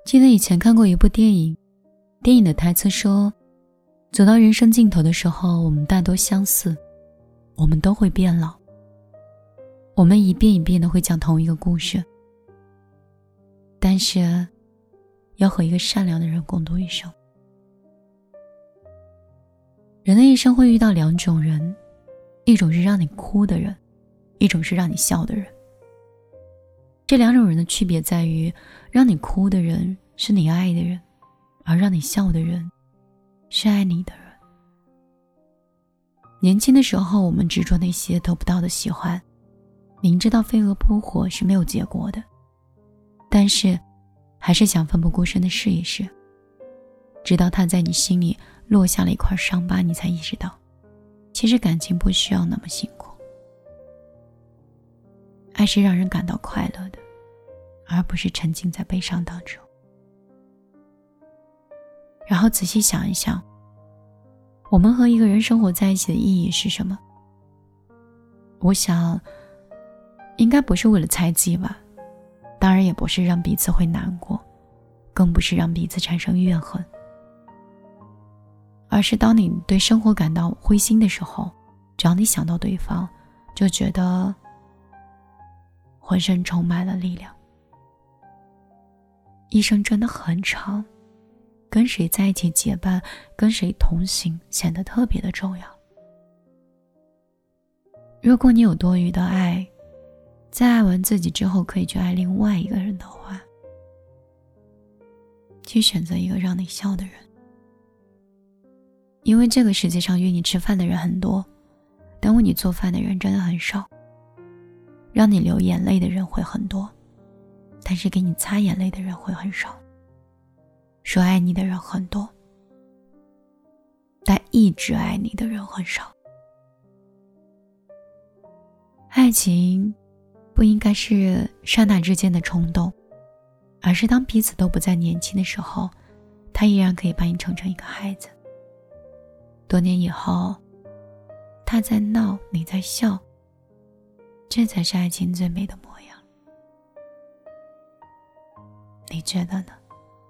记得以前看过一部电影，电影的台词说，走到人生尽头的时候，我们大多相似，我们都会变老，我们一遍一遍地会讲同一个故事，但是要和一个善良的人共度一生。人的一生会遇到两种人，一种是让你哭的人，一种是让你笑的人。这两种人的区别在于，让你哭的人是你爱的人，而让你笑的人是爱你的人。年轻的时候，我们执着那些得不到的喜欢，明知道飞蛾扑火是没有结果的，但是还是想奋不顾身地试一试，直到它在你心里落下了一块伤疤，你才意识到，其实感情不需要那么辛苦。爱是让人感到快乐的，而不是沉浸在悲伤当中。然后仔细想一想，我们和一个人生活在一起的意义是什么？我想，应该不是为了猜忌吧，当然也不是让彼此会难过，更不是让彼此产生怨恨，而是当你对生活感到灰心的时候，只要你想到对方，就觉得浑身充满了力量。一生真的很长，跟谁在一起结伴，跟谁同行，显得特别的重要。如果你有多余的爱，在爱完自己之后可以去爱另外一个人的话，去选择一个让你笑的人。因为这个世界上约你吃饭的人很多，但为你做饭的人真的很少。让你流眼泪的人会很多，但是给你擦眼泪的人会很少。说爱你的人很多，但一直爱你的人很少。爱情不应该是刹那之间的冲动，而是当彼此都不再年轻的时候，他依然可以把你宠成一个孩子。多年以后，他在闹，你在笑，这才是爱情最美的模样。你觉得呢？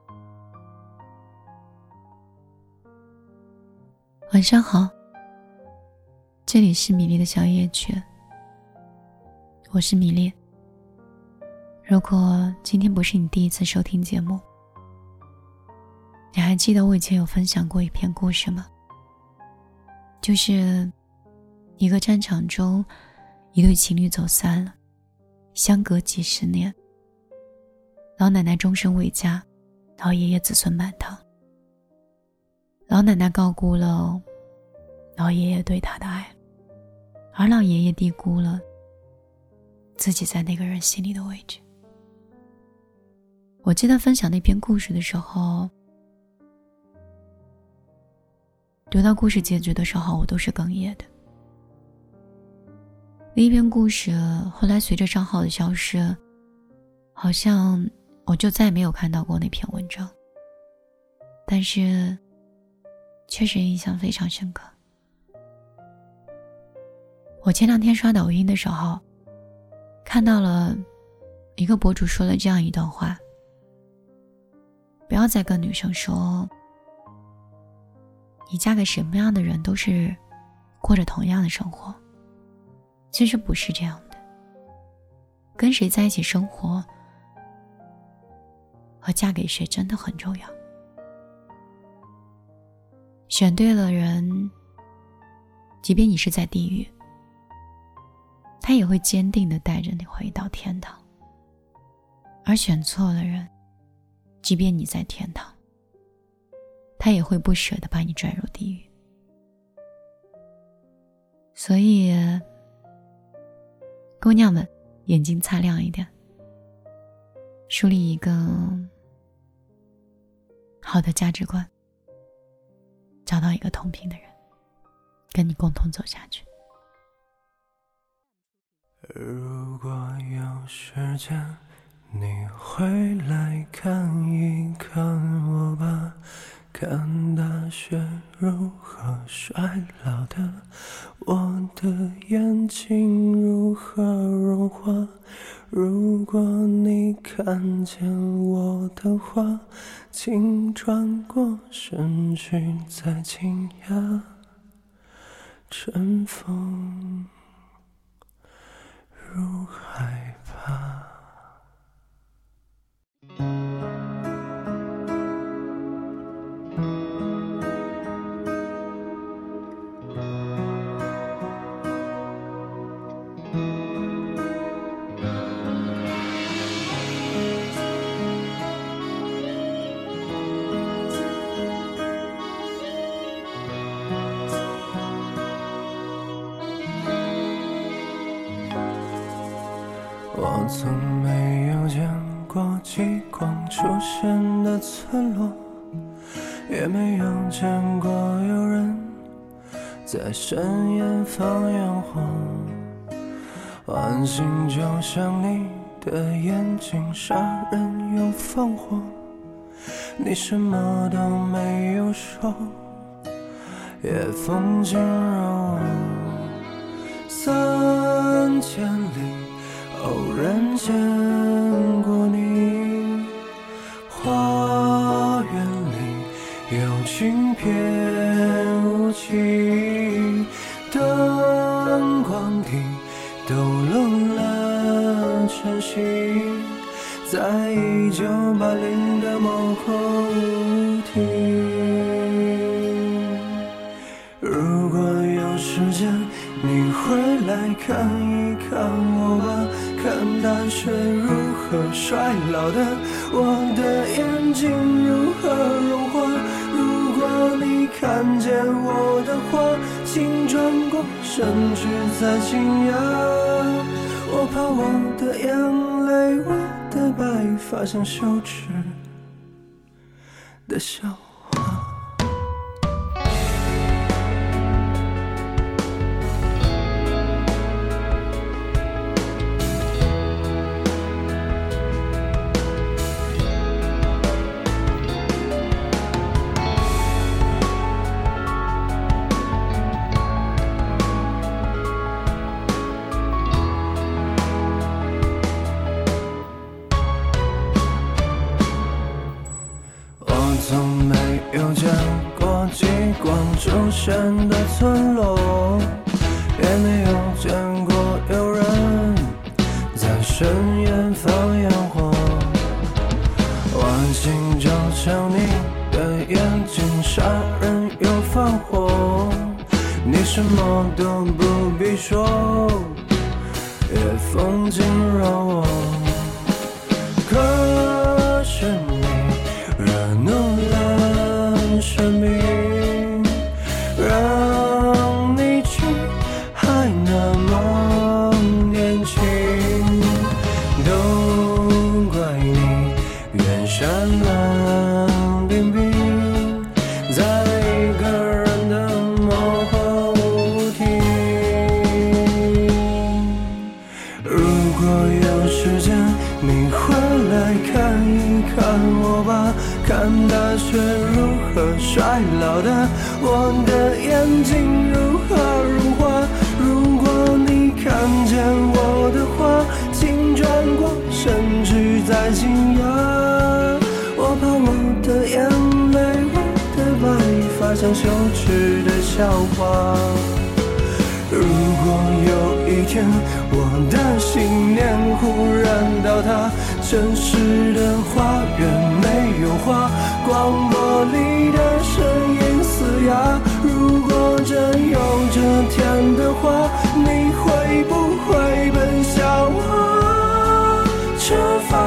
晚上好，这里是米粒的小夜曲，我是米粒。如果今天不是你第一次收听节目，你还记得我以前有分享过一篇故事吗？就是一个战场中，一对情侣走散了，相隔几十年，老奶奶终身未嫁，老爷爷子孙满堂。老奶奶高估了老爷爷对她的爱，而老爷爷低估了自己在那个人心里的位置。我记得分享那篇故事的时候，读到故事结局的时候，我都是哽咽的。那篇故事后来随着账号的消失，好像我就再也没有看到过那篇文章，但是确实印象非常深刻。我前两天刷抖音的时候，看到了一个博主说了这样一段话：不要再跟女生说你嫁给什么样的人都是过着同样的生活，其实不是这样的。跟谁在一起生活和嫁给谁真的很重要。选对了人，即便你是在地狱，他也会坚定地带着你回到天堂。而选错了人，即便你在天堂，他也会不舍得把你拽入地狱。所以姑娘们，眼睛擦亮一点，树立一个好的价值观，找到一个同频的人，跟你共同走下去。 如果有时间，你会来看一看我吧， 看大雪如何衰老的，我的眼睛如何融化。如果你看见我的话，请转过身去，再惊讶。尘封如害怕。我从没有见过极光出现的村落，也没有见过有人在深夜放烟火。晚星就像你的眼睛，杀人又放火。你什么都没有说，也风景柔。3000里偶然见过你，花园里有轻翩舞起，灯光里抖落了晨曦，在1980的某后庭。如果有时间，你回来看一看我吧，看大雪如何衰老的，我的眼睛如何融化。如果你看见我的话，请转过身去，再惊讶。我怕我的眼泪，我的白发像羞耻的笑话。从没有见过极光出现的村落，也没有见过有人在深夜放烟火。晚星就像你的眼睛，杀人又放火。你什么都不必说，也风景柔。可是你惹怒了生命，让你去还那么年轻，都怪你远山冷冰冰，在一个人的幕后听。如果有时间，你回来看一看我吧，看大雪如何衰老的，我的眼睛如何融化。如果你看见我的话，请转过身去，再惊讶。我怕我的眼泪，我的白发像羞耻的笑话。如果有一天我的信念忽然倒塌，城市的花园没有花，广播里的声音嘶哑。如果真有这天的话，你会不会奔向我？吃饭